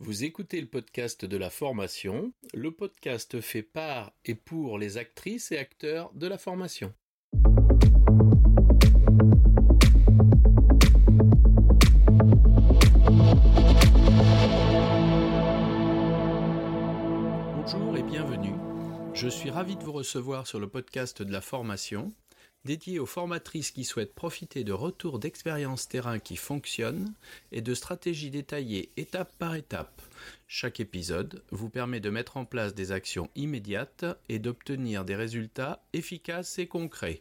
Vous écoutez le podcast de la formation, le podcast fait par et pour les actrices et acteurs de la formation. Bonjour et bienvenue. Je suis ravi de vous recevoir sur le podcast de la formation, dédié aux formatrices qui souhaitent profiter de retours d'expériences terrain qui fonctionnent et de stratégies détaillées étape par étape. Chaque épisode vous permet de mettre en place des actions immédiates et d'obtenir des résultats efficaces et concrets.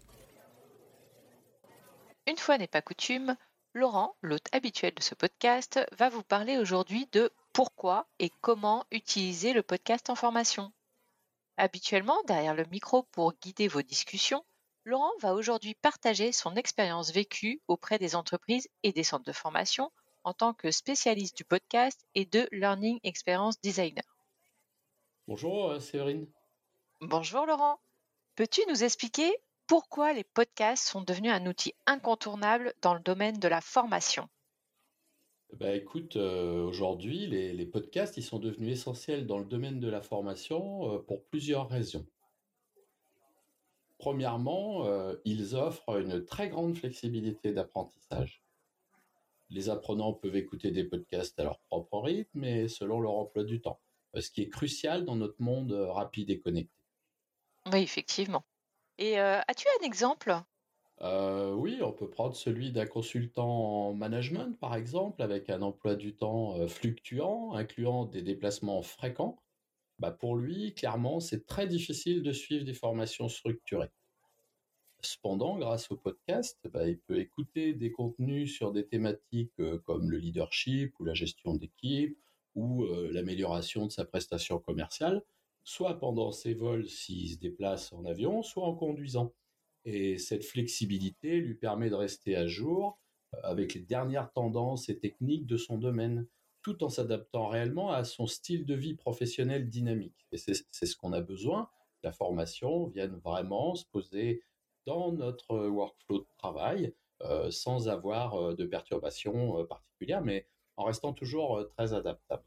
Une fois n'est pas coutume, Laurent, l'hôte habituel de ce podcast, va vous parler aujourd'hui de pourquoi et comment utiliser le podcast en formation. Habituellement, derrière le micro pour guider vos discussions, Laurent va aujourd'hui partager son expérience vécue auprès des entreprises et des centres de formation en tant que spécialiste du podcast et de Learning Experience Designer. Bonjour Séverine. Bonjour Laurent, peux-tu nous expliquer pourquoi les podcasts sont devenus un outil incontournable dans le domaine de la formation ? Écoute, aujourd'hui, les podcasts, ils sont devenus essentiels dans le domaine de la formation pour plusieurs raisons. Premièrement, ils offrent une très grande flexibilité d'apprentissage. Les apprenants peuvent écouter des podcasts à leur propre rythme et selon leur emploi du temps, ce qui est crucial dans notre monde rapide et connecté. Oui, effectivement. Et as-tu un exemple? Oui, on peut prendre celui d'un consultant en management, par exemple, avec un emploi du temps fluctuant, incluant des déplacements fréquents. Pour lui, clairement, c'est très difficile de suivre des formations structurées. Cependant, grâce au podcast, il peut écouter des contenus sur des thématiques comme le leadership ou la gestion d'équipe ou l'amélioration de sa prestation commerciale, soit pendant ses vols s'il se déplace en avion, soit en conduisant. Et cette flexibilité lui permet de rester à jour avec les dernières tendances et techniques de son domaine, tout en s'adaptant réellement à son style de vie professionnel dynamique. Et c'est ce qu'on a besoin. La formation vienne vraiment se poser dans notre workflow de travail sans avoir de perturbations particulières, mais en restant toujours très adaptable.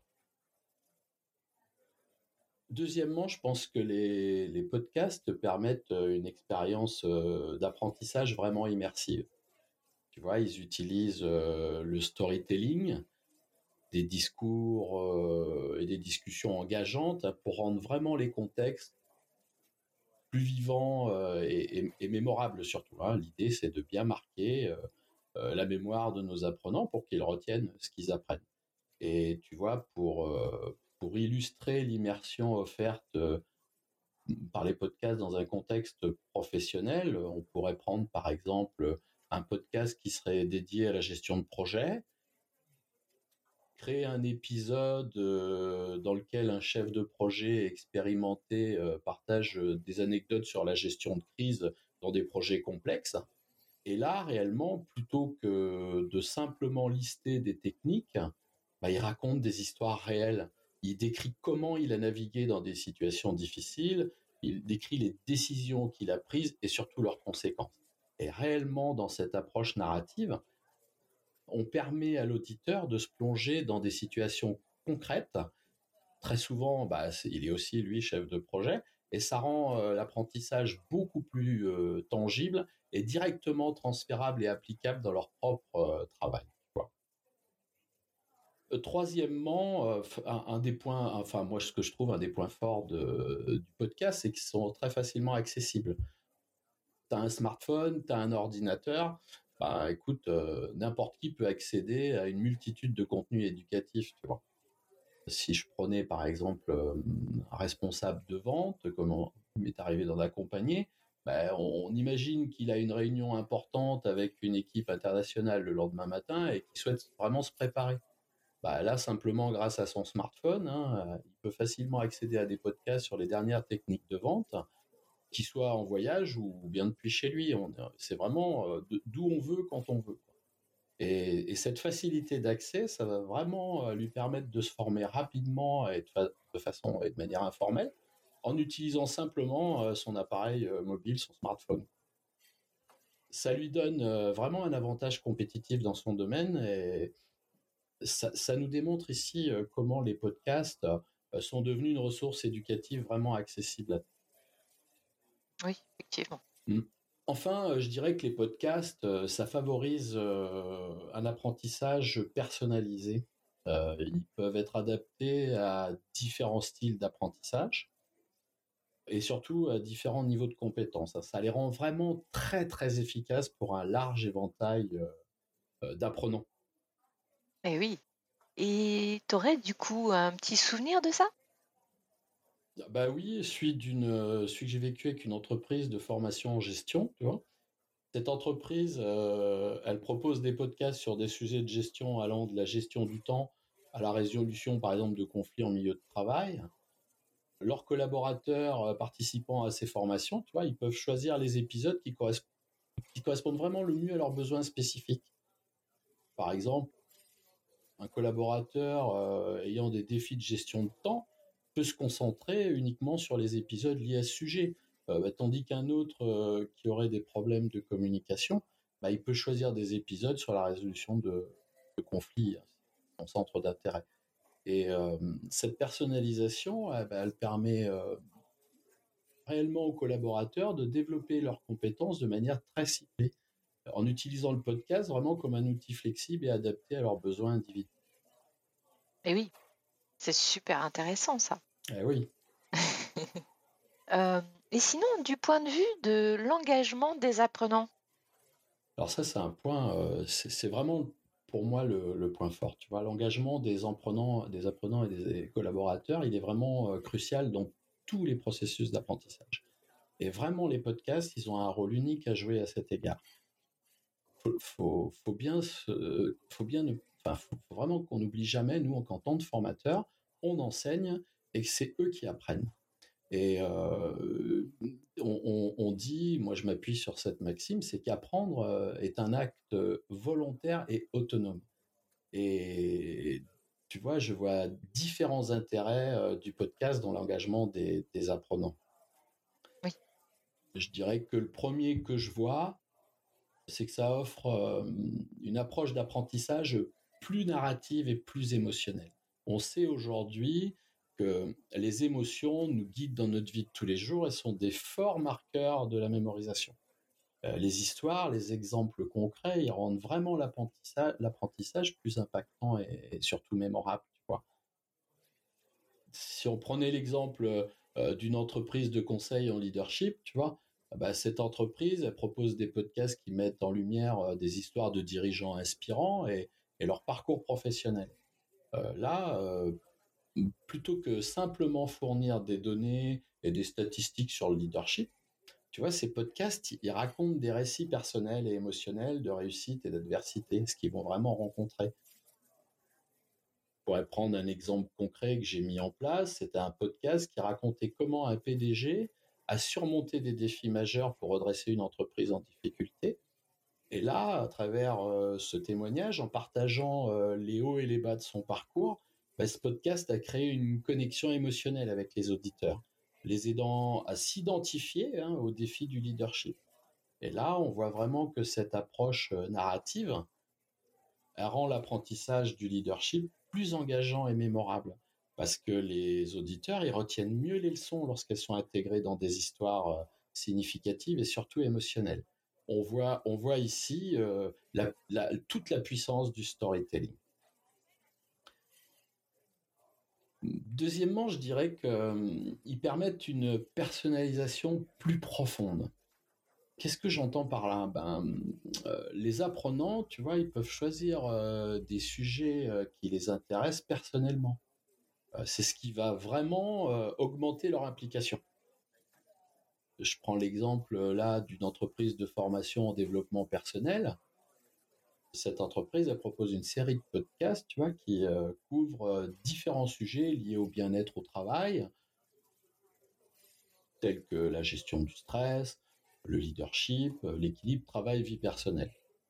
Deuxièmement, je pense que les podcasts permettent une expérience d'apprentissage vraiment immersive. Tu vois, ils utilisent le storytelling, des discours et des discussions engageantes pour rendre vraiment les contextes plus vivants et mémorables surtout. L'idée, c'est de bien marquer la mémoire de nos apprenants pour qu'ils retiennent ce qu'ils apprennent. Et tu vois, pour illustrer l'immersion offerte par les podcasts dans un contexte professionnel, on pourrait prendre par exemple un podcast qui serait dédié à la gestion de projet, créer un épisode dans lequel un chef de projet expérimenté partage des anecdotes sur la gestion de crise dans des projets complexes. Et là, réellement, plutôt que de simplement lister des techniques, il raconte des histoires réelles. Il décrit comment il a navigué dans des situations difficiles, il décrit les décisions qu'il a prises et surtout leurs conséquences. Et réellement, dans cette approche narrative, on permet à l'auditeur de se plonger dans des situations concrètes. Très souvent, il est aussi, lui, chef de projet, et ça rend l'apprentissage beaucoup plus tangible et directement transférable et applicable dans leur propre travail. Quoi. Troisièmement, un des points, enfin moi ce que je trouve un des points forts du podcast, c'est qu'ils sont très facilement accessibles. Tu as un smartphone, tu as un ordinateur, écoute, n'importe qui peut accéder à une multitude de contenus éducatifs, tu vois. Si je prenais par exemple un responsable de vente, comme il m'est arrivé d'en accompagner, on imagine qu'il a une réunion importante avec une équipe internationale le lendemain matin et qu'il souhaite vraiment se préparer. Là, simplement grâce à son smartphone, il peut facilement accéder à des podcasts sur les dernières techniques de vente, qu'il soit en voyage ou bien depuis chez lui. C'est vraiment d'où on veut quand on veut. Et cette facilité d'accès, ça va vraiment lui permettre de se former rapidement et de façon et de manière informelle, en utilisant simplement son appareil mobile, son smartphone. Ça lui donne vraiment un avantage compétitif dans son domaine ça nous démontre ici comment les podcasts sont devenus une ressource éducative vraiment accessible. Oui, effectivement. Enfin, je dirais que les podcasts, ça favorise un apprentissage personnalisé. Ils peuvent être adaptés à différents styles d'apprentissage et surtout à différents niveaux de compétences. Ça les rend vraiment très très efficaces pour un large éventail d'apprenants. Eh oui. Et t'aurais du coup un petit souvenir de ça? Bah oui, celui que j'ai vécu avec une entreprise de formation en gestion, tu vois. Cette entreprise, elle propose des podcasts sur des sujets de gestion allant de la gestion du temps à la résolution, par exemple, de conflits en milieu de travail. Leurs collaborateurs participant à ces formations, tu vois, ils peuvent choisir les épisodes qui correspondent vraiment le mieux à leurs besoins spécifiques. Par exemple, un collaborateur ayant des défis de gestion de temps peut se concentrer uniquement sur les épisodes liés à ce sujet, tandis qu'un autre qui aurait des problèmes de communication, il peut choisir des épisodes sur la résolution de conflits, son centre d'intérêt. Et cette personnalisation, elle permet réellement aux collaborateurs de développer leurs compétences de manière très ciblée, en utilisant le podcast vraiment comme un outil flexible et adapté à leurs besoins individuels. Eh oui, c'est super intéressant ça. Eh oui. Et sinon, du point de vue de l'engagement des apprenants? Alors ça, c'est un point, c'est vraiment pour moi le point fort. Tu vois, l'engagement des apprenants et des collaborateurs, il est vraiment crucial dans tous les processus d'apprentissage. Et vraiment, les podcasts, ils ont un rôle unique à jouer à cet égard. Faut bien faut vraiment qu'on n'oublie jamais, nous, qu'en tant que formateurs, on enseigne et que c'est eux qui apprennent. Et on dit, moi je m'appuie sur cette maxime, c'est qu'apprendre est un acte volontaire et autonome. Et tu vois, je vois différents intérêts du podcast dans l'engagement des apprenants. Oui. Je dirais que le premier que je vois, c'est que ça offre une approche d'apprentissage plus narrative et plus émotionnelle. On sait aujourd'hui que les émotions nous guident dans notre vie de tous les jours et sont des forts marqueurs de la mémorisation. Les histoires, les exemples concrets, ils rendent vraiment l'apprentissage plus impactant et surtout mémorable. Tu vois. Si on prenait l'exemple d'une entreprise de conseil en leadership, tu vois, cette entreprise, elle propose des podcasts qui mettent en lumière des histoires de dirigeants inspirants et leur parcours professionnel. Là, plutôt que simplement fournir des données et des statistiques sur le leadership, tu vois, ces podcasts, ils racontent des récits personnels et émotionnels de réussite et d'adversité, ce qu'ils vont vraiment rencontrer. Je pourrais prendre un exemple concret que j'ai mis en place. C'était un podcast qui racontait comment un PDG a surmonté des défis majeurs pour redresser une entreprise en difficulté. Et là, à travers ce témoignage, en partageant les hauts et les bas de son parcours, ce podcast a créé une connexion émotionnelle avec les auditeurs, les aidant à s'identifier aux défis du leadership. Et là, on voit vraiment que cette approche narrative, elle rend l'apprentissage du leadership plus engageant et mémorable. Parce que les auditeurs, ils retiennent mieux les leçons lorsqu'elles sont intégrées dans des histoires significatives et surtout émotionnelles. On voit ici toute la puissance du storytelling. Deuxièmement, je dirais qu'ils permettent une personnalisation plus profonde. Qu'est-ce que j'entends par là? Les apprenants, tu vois, ils peuvent choisir des sujets qui les intéressent personnellement. C'est ce qui va vraiment augmenter leur implication. Je prends l'exemple là d'une entreprise de formation en développement personnel. Cette entreprise, elle propose une série de podcasts, tu vois, qui couvrent différents sujets liés au bien-être au travail, tels que la gestion du stress, le leadership, l'équilibre travail-vie personnelle.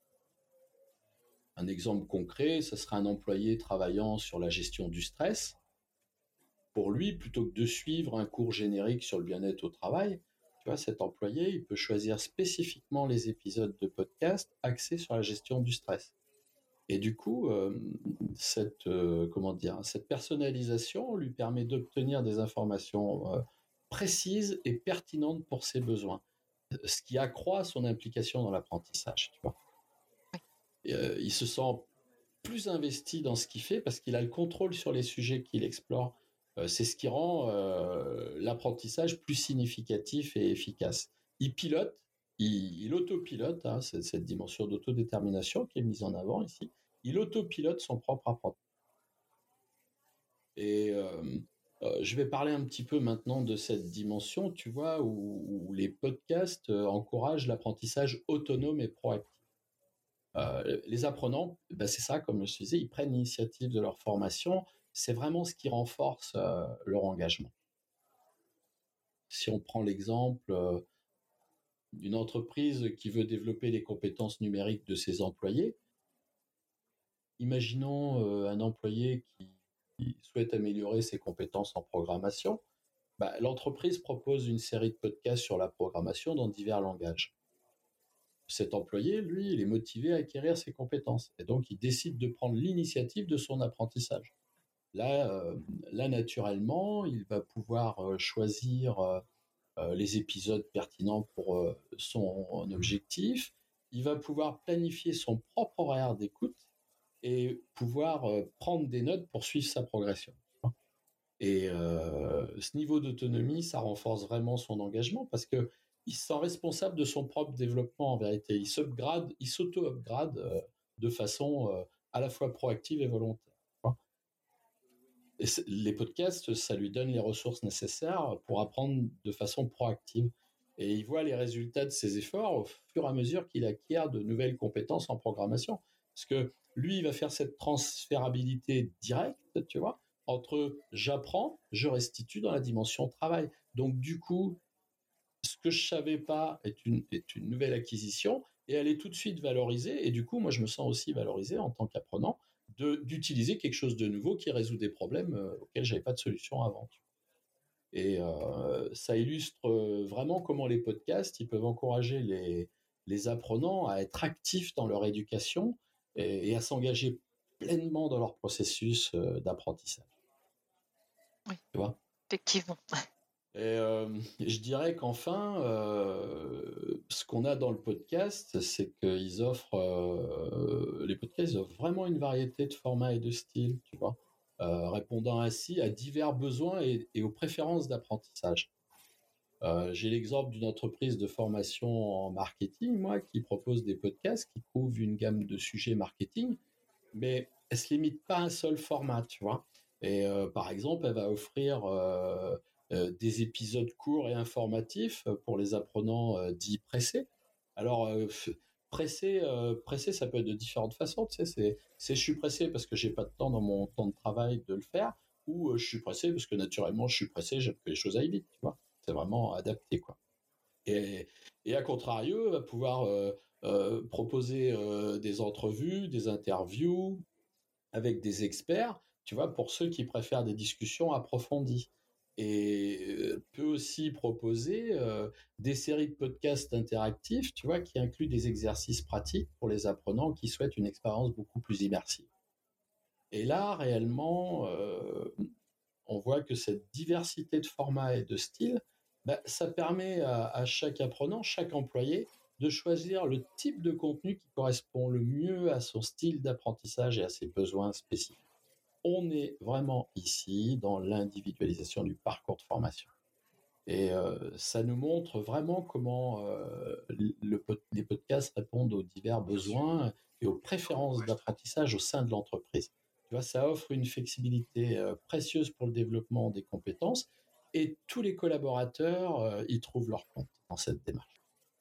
Un exemple concret, ce serait un employé travaillant sur la gestion du stress. Pour lui, plutôt que de suivre un cours générique sur le bien-être au travail, tu vois, cet employé, il peut choisir spécifiquement les épisodes de podcast axés sur la gestion du stress. Et du coup, cette personnalisation lui permet d'obtenir des informations précises et pertinentes pour ses besoins, ce qui accroît son implication dans l'apprentissage. Tu vois. Il se sent plus investi dans ce qu'il fait parce qu'il a le contrôle sur les sujets qu'il explore. C'est ce qui rend l'apprentissage plus significatif et efficace. Il pilote, il autopilote, hein, c'est cette dimension d'autodétermination qui est mise en avant ici. Il autopilote son propre apprentissage. Et je vais parler un petit peu maintenant de cette dimension, tu vois, où les podcasts encouragent l'apprentissage autonome et proactif. Les apprenants, ben c'est ça, comme je disais, ils prennent l'initiative de leur formation. C'est vraiment ce qui renforce leur engagement. Si on prend l'exemple d'une entreprise qui veut développer les compétences numériques de ses employés, imaginons un employé qui souhaite améliorer ses compétences en programmation. Ben, l'entreprise propose une série de podcasts sur la programmation dans divers langages. Cet employé, lui, il est motivé à acquérir ses compétences. Et donc, il décide de prendre l'initiative de son apprentissage. Là, naturellement, il va pouvoir choisir les épisodes pertinents pour son objectif. Il va pouvoir planifier son propre horaire d'écoute et pouvoir prendre des notes pour suivre sa progression. Et ce niveau d'autonomie, ça renforce vraiment son engagement parce que il se sent responsable de son propre développement en vérité. Il s'auto-upgrade de façon à la fois proactive et volontaire. Et les podcasts, ça lui donne les ressources nécessaires pour apprendre de façon proactive. Et il voit les résultats de ses efforts au fur et à mesure qu'il acquiert de nouvelles compétences en programmation. Parce que lui, il va faire cette transférabilité directe, tu vois, entre j'apprends, je restitue dans la dimension travail. Donc, du coup, ce que je savais pas est une nouvelle acquisition et elle est tout de suite valorisée. Et du coup, moi, je me sens aussi valorisé en tant qu'apprenant d'utiliser quelque chose de nouveau qui résout des problèmes auxquels j'avais pas de solution avant. Et ça illustre vraiment comment les podcasts ils peuvent encourager les apprenants à être actifs dans leur éducation et à s'engager pleinement dans leur processus d'apprentissage. Oui, tu vois. effectivement. Et je dirais qu'enfin, ce qu'on a dans le podcast, c'est qu'ils offrent, les podcasts ils offrent vraiment une variété de formats et de styles, tu vois, répondant ainsi à divers besoins et aux préférences d'apprentissage. J'ai l'exemple d'une entreprise de formation en marketing, moi, qui propose des podcasts qui couvrent une gamme de sujets marketing, mais elle se limite pas à un seul format, tu vois. Et par exemple, elle va offrir des épisodes courts et informatifs pour les apprenants dits pressés. Alors, pressé, ça peut être de différentes façons. Tu sais, c'est je suis pressé parce que j'ai pas de temps dans mon temps de travail de le faire, ou je suis pressé parce que naturellement je suis pressé, j'aime que les choses aillent vite, tu vois. C'est vraiment adapté, quoi. Et, et à contrario, va pouvoir proposer des entrevues, des interviews avec des experts, tu vois, pour ceux qui préfèrent des discussions approfondies. Et peut aussi proposer des séries de podcasts interactifs, tu vois, qui incluent des exercices pratiques pour les apprenants qui souhaitent une expérience beaucoup plus immersive. Et là, réellement, on voit que cette diversité de formats et de styles, bah, ça permet à chaque apprenant, chaque employé, de choisir le type de contenu qui correspond le mieux à son style d'apprentissage et à ses besoins spécifiques. On est vraiment ici dans l'individualisation du parcours de formation. Et ça nous montre vraiment comment les podcasts répondent aux divers besoins et aux préférences d'apprentissage au sein de l'entreprise. Tu vois, ça offre une flexibilité précieuse pour le développement des compétences et tous les collaborateurs y trouvent leur compte dans cette démarche.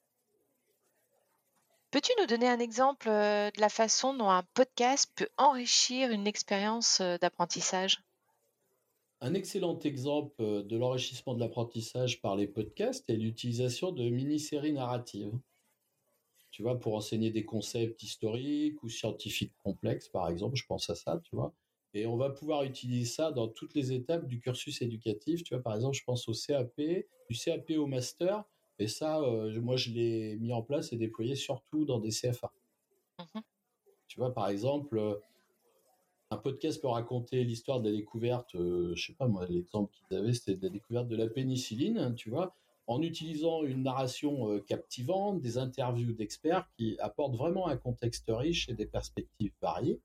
Peux-tu nous donner un exemple de la façon dont un podcast peut enrichir une expérience d'apprentissage? Un excellent exemple de l'enrichissement de l'apprentissage par les podcasts est l'utilisation de mini-séries narratives. Tu vois, pour enseigner des concepts historiques ou scientifiques complexes, par exemple, je pense à ça, tu vois. Et on va pouvoir utiliser ça dans toutes les étapes du cursus éducatif. Tu vois, par exemple, je pense au CAP, du CAP au master. Et ça, moi, je l'ai mis en place et déployé surtout dans des CFA. Mhm. Tu vois, par exemple, un podcast peut raconter l'histoire de la découverte, je sais pas moi, l'exemple qu'ils avaient, c'était de la découverte de la pénicilline, hein, tu vois, en utilisant une narration captivante, des interviews d'experts qui apportent vraiment un contexte riche et des perspectives variées.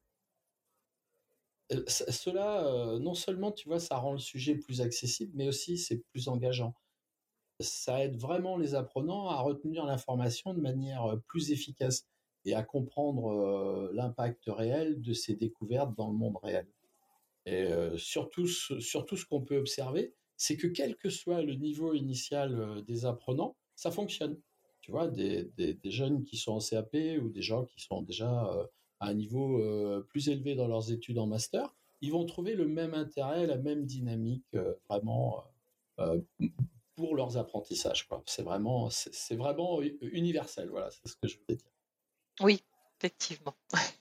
Cela, non seulement, tu vois, ça rend le sujet plus accessible, mais aussi c'est plus engageant. Ça aide vraiment les apprenants à retenir l'information de manière plus efficace et à comprendre l'impact réel de ces découvertes dans le monde réel. Et surtout, ce qu'on peut observer, c'est que quel que soit le niveau initial des apprenants, ça fonctionne. Tu vois, des jeunes qui sont en CAP ou des gens qui sont déjà à un niveau plus élevé dans leurs études en master, ils vont trouver le même intérêt, la même dynamique vraiment euh, pour leurs apprentissages, quoi. C'est vraiment universel, voilà, c'est ce que je voulais dire. Oui, effectivement.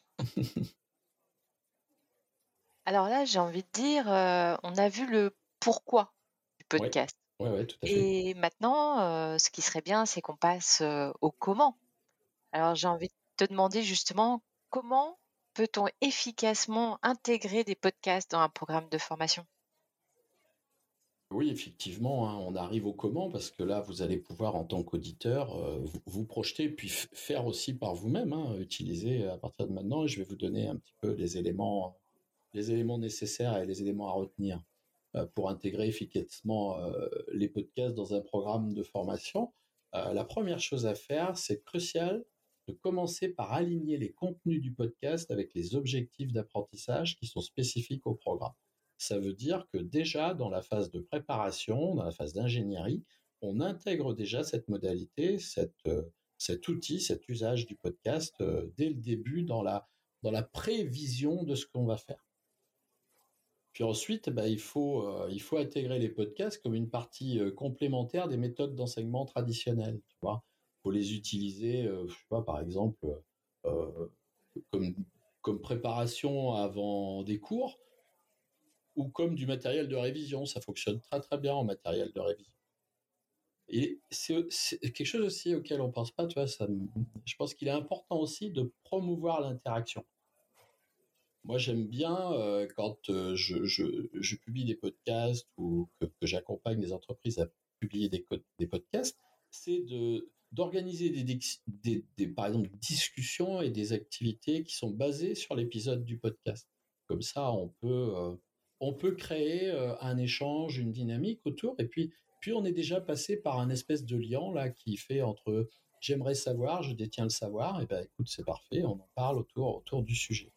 Alors là, j'ai envie de dire, on a vu le pourquoi du Oui, podcast. ouais, ouais, tout à fait. Et maintenant, ce qui serait bien, c'est qu'on passe, au comment. Alors j'ai envie de te demander justement, comment peut-on efficacement intégrer des podcasts dans un programme de formation? Oui, effectivement, hein, on arrive au comment parce que là, vous allez pouvoir, en tant qu'auditeur, vous projeter puis faire aussi par vous-même, hein, utiliser à partir de maintenant. Et je vais vous donner un petit peu les éléments nécessaires et les éléments à retenir pour intégrer efficacement les podcasts dans un programme de formation. La première chose à faire, c'est crucial de commencer par aligner les contenus du podcast avec les objectifs d'apprentissage qui sont spécifiques au programme. Ça veut dire que déjà dans la phase de préparation, dans la phase d'ingénierie, on intègre déjà cette modalité, cet outil, cet usage du podcast dès le début dans la prévision de ce qu'on va faire. Puis ensuite, bah, il faut intégrer les podcasts comme une partie complémentaire des méthodes d'enseignement traditionnelles. Tu vois, faut les utiliser, je sais pas, par exemple, euh, comme, comme préparation avant des cours ou comme du matériel de révision. Ça fonctionne très très bien en matériel de révision. Et c'est quelque chose aussi auquel on pense pas. Tu vois, je pense qu'il est important aussi de promouvoir l'interaction. Moi, j'aime bien quand je publie des podcasts ou que j'accompagne des entreprises à publier des podcasts, c'est d'organiser par exemple, des discussions et des activités qui sont basées sur l'épisode du podcast. Comme ça, on peut créer un échange, une dynamique autour, et puis on est déjà passé par un espèce de lien là qui fait entre j'aimerais savoir, je détiens le savoir, et ben écoute, c'est parfait, on en parle autour du sujet.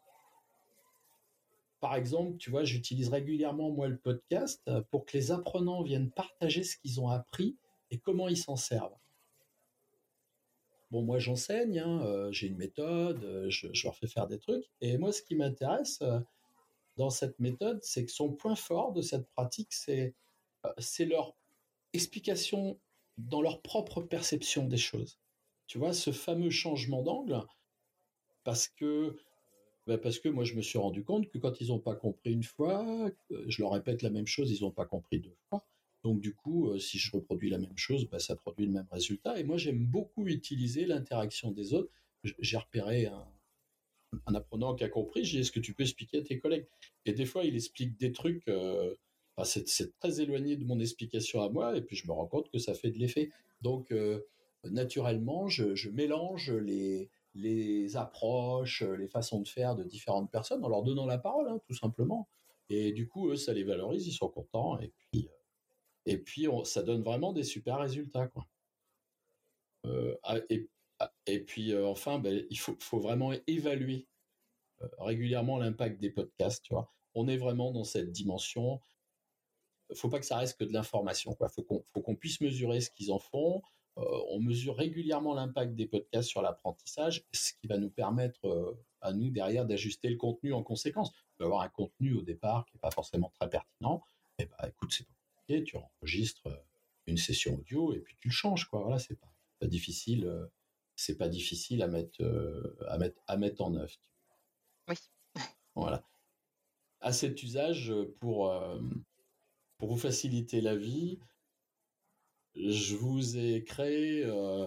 Par exemple, tu vois, j'utilise régulièrement, moi, le podcast pour que les apprenants viennent partager ce qu'ils ont appris et comment ils s'en servent. Bon, moi, j'enseigne, hein, j'ai une méthode, je leur fais faire des trucs. Et moi, ce qui m'intéresse dans cette méthode, c'est que son point fort de cette pratique, c'est leur explication dans leur propre perception des choses. Tu vois, ce fameux changement d'angle, parce que parce que moi, je me suis rendu compte que quand ils n'ont pas compris une fois, je leur répète la même chose, ils n'ont pas compris deux fois. Donc du coup, si je reproduis la même chose, bah, ça produit le même résultat. Et moi, j'aime beaucoup utiliser l'interaction des autres. J'ai repéré un apprenant qui a compris, j'ai dit, est-ce que tu peux expliquer à tes collègues? Et des fois, il explique des trucs, enfin, c'est très éloigné de mon explication à moi, et puis je me rends compte que ça fait de l'effet. Donc, naturellement, je mélange les approches, les façons de faire de différentes personnes en leur donnant la parole, hein, tout simplement. Et du coup, eux, ça les valorise, ils sont contents, et puis ça donne vraiment des super résultats, quoi. Ah, et puis enfin, ben, faut vraiment évaluer régulièrement l'impact des podcasts, tu vois. On est vraiment dans cette dimension. Faut pas que ça reste que de l'information, quoi. Faut qu'on puisse mesurer ce qu'ils en font. On mesure régulièrement l'impact des podcasts sur l'apprentissage, ce qui va nous permettre à nous derrière d'ajuster le contenu en conséquence. Tu peux avoir un contenu au départ qui est pas forcément très pertinent. Et bah écoute, c'est pas compliqué, tu enregistres une session audio et puis tu le changes, quoi. Voilà, pas difficile. C'est pas difficile à mettre en œuvre. Oui. Voilà. À cet usage pour vous faciliter la vie, je vous ai créé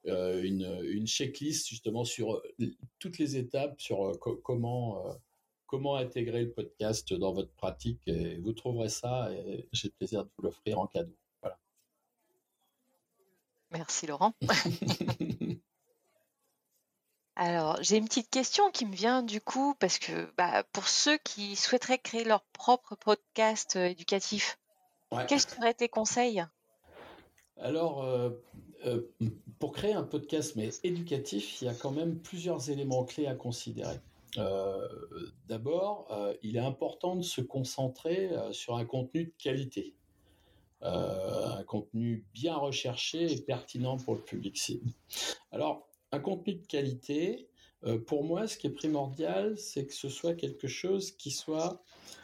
une checklist justement sur toutes les étapes sur comment intégrer le podcast dans votre pratique. Et vous trouverez ça et j'ai le plaisir de vous l'offrir en cadeau. Voilà. Merci Laurent. Alors, j'ai une petite question qui me vient du coup, parce que pour ceux qui souhaiteraient créer leur propre podcast éducatif, Ouais. quels seraient tes conseils? Alors, euh, pour créer un podcast mais éducatif, il y a quand même plusieurs éléments clés à considérer. Euh, D'abord, il est important de se concentrer sur un contenu de qualité, un contenu bien recherché et pertinent pour le public cible. Alors, un contenu de qualité, pour moi, ce qui est primordial, c'est que ce soit quelque chose qui soit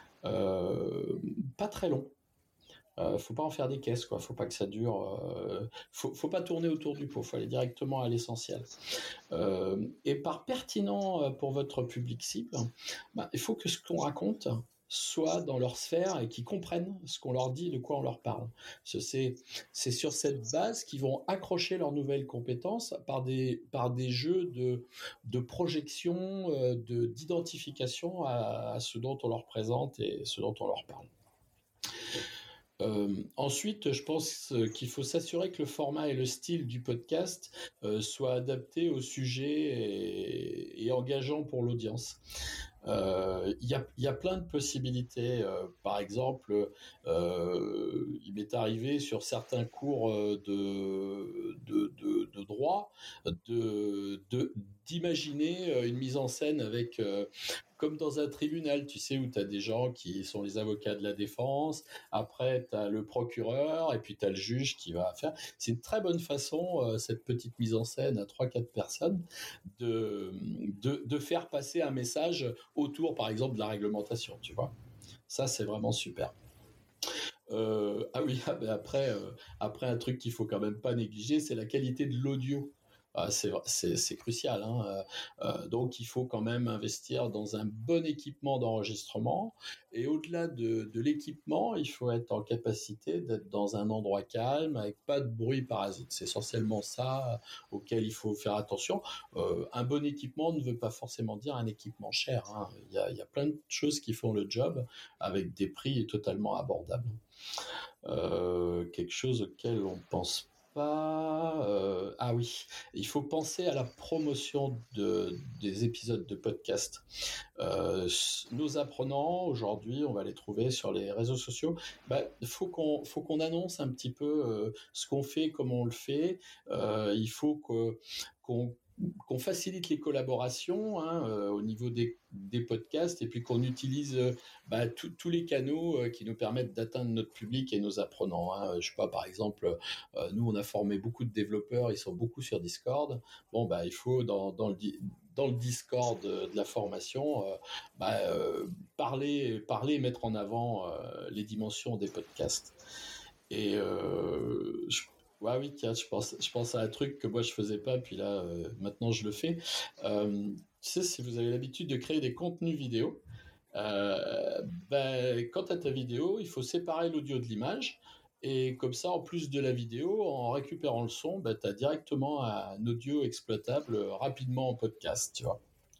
pas très long. Faut pas en faire des caisses, quoi. Faut pas que ça dure. Faut pas tourner autour du pot. Faut aller directement à l'essentiel. Et par pertinent pour votre public cible, il faut que ce qu'on raconte soit dans leur sphère et qu'ils comprennent ce qu'on leur dit, de quoi on leur parle. C'est sur cette base qu'ils vont accrocher leurs nouvelles compétences par des jeux de projection, d'identification à ce dont on leur présente et ce dont on leur parle. Ensuite, je pense qu'il faut s'assurer que le format et le style du podcast soient adaptés au sujet et engageants pour l'audience. Il y a plein de possibilités. Par exemple, il m'est arrivé sur certains cours de droit d'imaginer une mise en scène avec comme dans un tribunal, tu sais, où tu as des gens qui sont les avocats de la défense, après tu as le procureur, et puis tu as le juge qui va faire. C'est une très bonne façon, cette petite mise en scène à 3-4 personnes, de faire passer un message autour, par exemple, de la réglementation, tu vois. Ça, c'est vraiment super. Ah oui, après, un truc qu'il faut quand même pas négliger, c'est la qualité de l'audio. C'est crucial, hein. Donc, il faut quand même investir dans un bon équipement d'enregistrement. Et au-delà de l'équipement, il faut être en capacité d'être dans un endroit calme, avec pas de bruit parasite. C'est essentiellement ça auquel il faut faire attention. Un bon équipement ne veut pas forcément dire un équipement cher, hein. Il y a plein de choses qui font le job avec des prix totalement abordables. Quelque chose auquel on pense pas. Ah oui, il faut penser à la promotion des épisodes de podcast. Nos apprenants, aujourd'hui, on va les trouver sur les réseaux sociaux. Faut qu'on annonce un petit peu ce qu'on fait, comment on le fait. Il faut qu'on qu'on facilite les collaborations, hein, au niveau des podcasts et puis qu'on utilise tous les canaux qui nous permettent d'atteindre notre public et nos apprenants, hein. Je sais pas, par exemple, nous on a formé beaucoup de développeurs, ils sont beaucoup sur Discord. Bon, il faut dans le Discord de la formation, parler et mettre en avant les dimensions des podcasts. Et ouais, oui, tiens, je pense à un truc que moi je faisais pas, puis là, maintenant je le fais. Tu sais, si vous avez l'habitude de créer des contenus vidéo, quand tu as ta vidéo, il faut séparer l'audio de l'image. Et comme ça, en plus de la vidéo, en récupérant le son, tu as directement un audio exploitable rapidement en podcast, tu vois.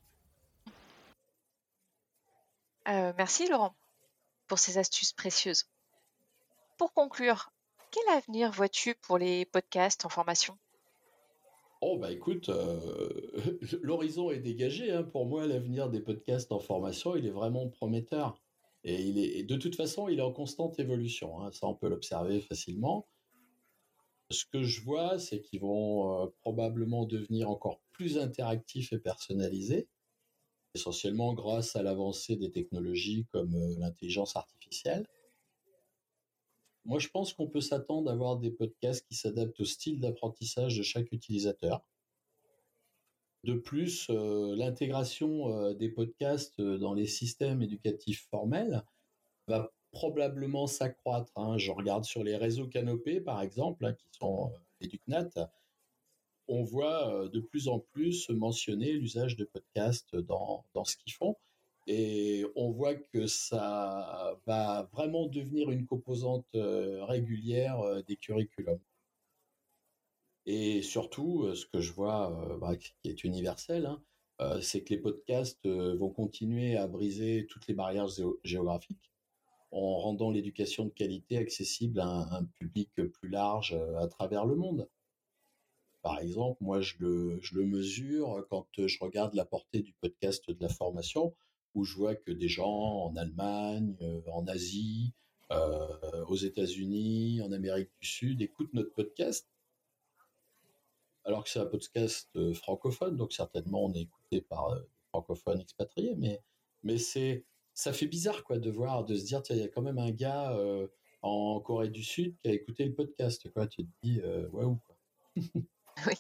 Merci Laurent pour ces astuces précieuses. Pour conclure, quel avenir vois-tu pour les podcasts en formation? Oh écoute, l'horizon est dégagé, hein. Pour moi, l'avenir des podcasts en formation, il est vraiment prometteur. Et de toute façon, il est en constante évolution, hein. Ça, on peut l'observer facilement. Ce que je vois, c'est qu'ils vont probablement devenir encore plus interactifs et personnalisés, essentiellement grâce à l'avancée des technologies comme l'intelligence artificielle. Moi, je pense qu'on peut s'attendre à avoir des podcasts qui s'adaptent au style d'apprentissage de chaque utilisateur. De plus, l'intégration des podcasts dans les systèmes éducatifs formels va probablement s'accroître, hein. Je regarde sur les réseaux Canopé, par exemple, hein, qui sont EducNat, on voit de plus en plus mentionner l'usage de podcasts dans ce qu'ils font. Et on voit que ça va vraiment devenir une composante régulière des curriculums. Et surtout, ce que je vois, qui est universel, hein, c'est que les podcasts vont continuer à briser toutes les barrières géographiques en rendant l'éducation de qualité accessible à un public plus large à travers le monde. Par exemple, moi, je le mesure quand je regarde la portée du podcast de la formation, où je vois que des gens en Allemagne, en Asie, aux États-Unis, en Amérique du Sud écoutent notre podcast, alors que c'est un podcast francophone, donc certainement on est écouté par des francophones expatriés, mais ça fait bizarre quoi de voir, de se dire tiens il y a quand même un gars en Corée du Sud qui a écouté le podcast quoi, tu te dis waouh quoi. Oui.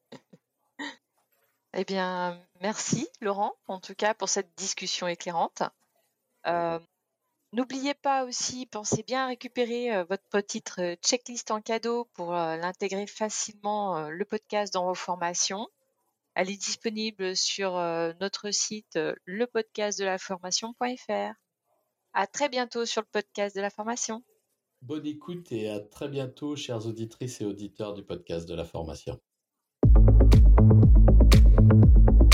Eh bien, merci Laurent, en tout cas pour cette discussion éclairante. Euh, N'oubliez pas aussi, pensez bien à récupérer votre petite checklist en cadeau pour l'intégrer facilement le podcast dans vos formations. Elle est disponible sur notre site lepodcastdelaformation.fr. À très bientôt sur le podcast de la formation. Bonne écoute et à très bientôt chères auditrices et auditeurs du podcast de la formation.